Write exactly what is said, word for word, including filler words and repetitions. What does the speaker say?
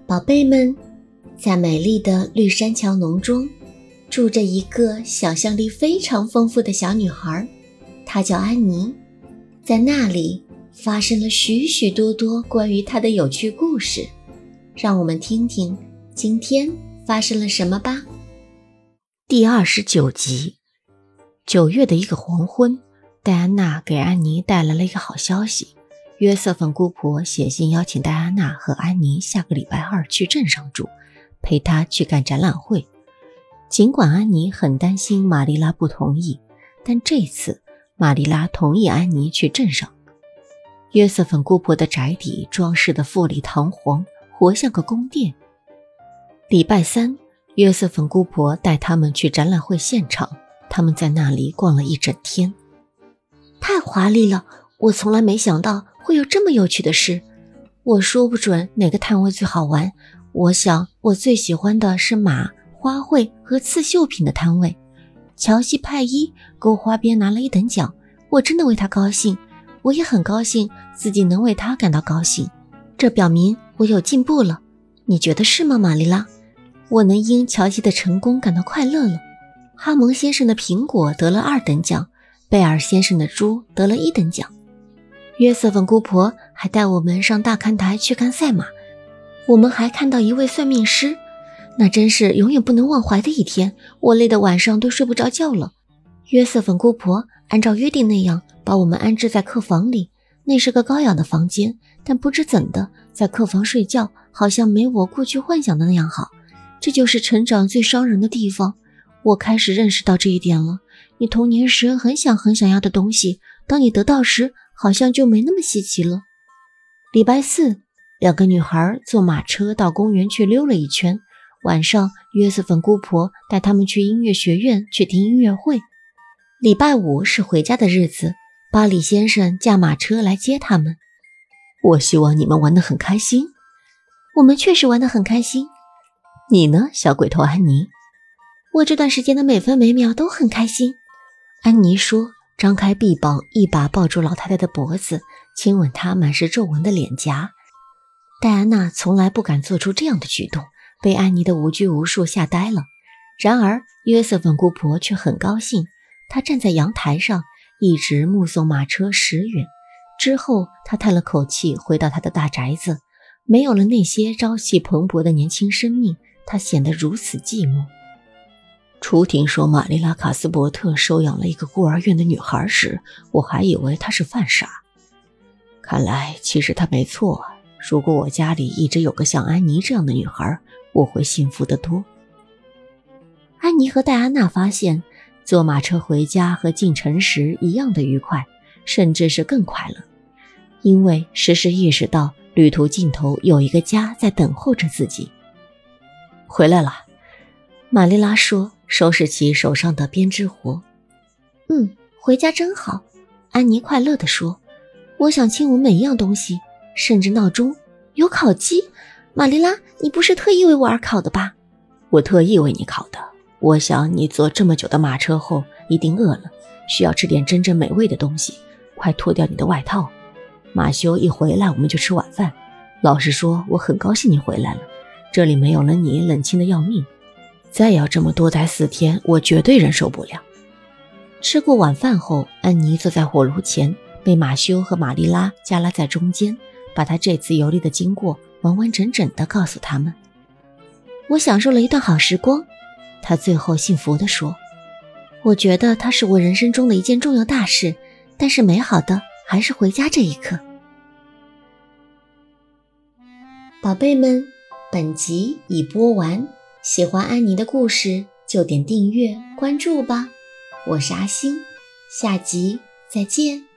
宝贝们，在美丽的绿山桥农中，住着一个想象力非常丰富的小女孩，她叫安妮。在那里发生了许许多多关于她的有趣故事，让我们听听今天发生了什么吧。 第二十九集。九月的一个黄昏，戴安娜给安妮带来了一个好消息。约瑟芬姑婆写信邀请戴安娜和安妮下个礼拜二去镇上住，陪她去干展览会。尽管安妮很担心玛丽拉不同意，但这次玛丽拉同意安妮去镇上。约瑟芬姑婆的宅邸装饰得富丽堂皇，活像个宫殿。礼拜三，约瑟芬姑婆带他们去展览会现场，他们在那里逛了一整天。 太华丽了，我从来没想到会有这么有趣的事。我说不准哪个摊位最好玩，我想我最喜欢的是马、花卉和刺绣品的摊位。乔西派伊勾花边拿了一等奖，我真的为他高兴，我也很高兴自己能为他感到高兴，这表明我有进步了。你觉得是吗，玛丽拉？我能因乔西的成功感到快乐了。哈蒙先生的苹果得了二等奖，贝尔先生的猪得了一等奖。约瑟芬姑婆还带我们上大看台去看赛马，我们还看到一位算命师，那真是永远不能忘怀的一天，我累得晚上都睡不着觉了。约瑟芬姑婆按照约定那样把我们安置在客房里，那是个高雅的房间，但不知怎的，在客房睡觉好像没我过去幻想的那样好，这就是成长最伤人的地方。我开始认识到这一点了，你童年时很想很想要的东西，当你得到时好像就没那么稀奇了。礼拜四，两个女孩坐马车到公园去溜了一圈，晚上约瑟芬姑婆带他们去音乐学院去听音乐会。礼拜五是回家的日子，巴里先生驾马车来接他们。 我希望你们玩得很开心。 我们确实玩得很开心。 你呢，小鬼头安妮？ 我这段时间的每分每秒都很开心。安妮说，张开臂膀，一把抱住老太太的脖子，亲吻她满是皱纹的脸颊。戴安娜从来不敢做出这样的举动，被安妮的无拘无束吓呆了。然而约瑟芬姑婆却很高兴，她站在阳台上，一直目送马车驶远。之后她叹了口气，回到她的大宅子，没有了那些朝气蓬勃的年轻生命，她显得如此寂寞。 初听说玛丽拉·卡斯伯特收养了一个孤儿院的女孩时，我还以为她是犯傻。看来其实她没错，如果我家里一直有个像安妮这样的女孩，我会幸福得多。 安妮和戴安娜发现，坐马车回家和进城时一样的愉快，甚至是更快乐，因为时时意识到旅途尽头有一个家在等候着自己。 回来了， 玛丽拉说，收拾起手上的编织活。嗯，回家真好，安妮快乐地说。我想亲吻每一样东西，甚至闹钟。有烤鸡？玛丽拉，你不是特意为我而烤的吧？ 我特意为你烤的。我想你坐这么久的马车后一定饿了，需要吃点真正美味的东西。快脱掉你的外套。马修一回来我们就吃晚饭。老实说，我很高兴你回来了，这里没有了你冷清的要命。再要这么多待四天，我绝对忍受不了。 吃过晚饭后，安妮坐在火炉前，被马修和玛丽拉夹拉在中间，把她这次游历的经过完完整整地告诉他们。我享受了一段好时光，她最后幸福地说。我觉得它是我人生中的一件重要大事，但是美好的还是回家这一刻。宝贝们，本集已播完，喜欢安妮的故事就点订阅关注吧。我是阿星，下集再见。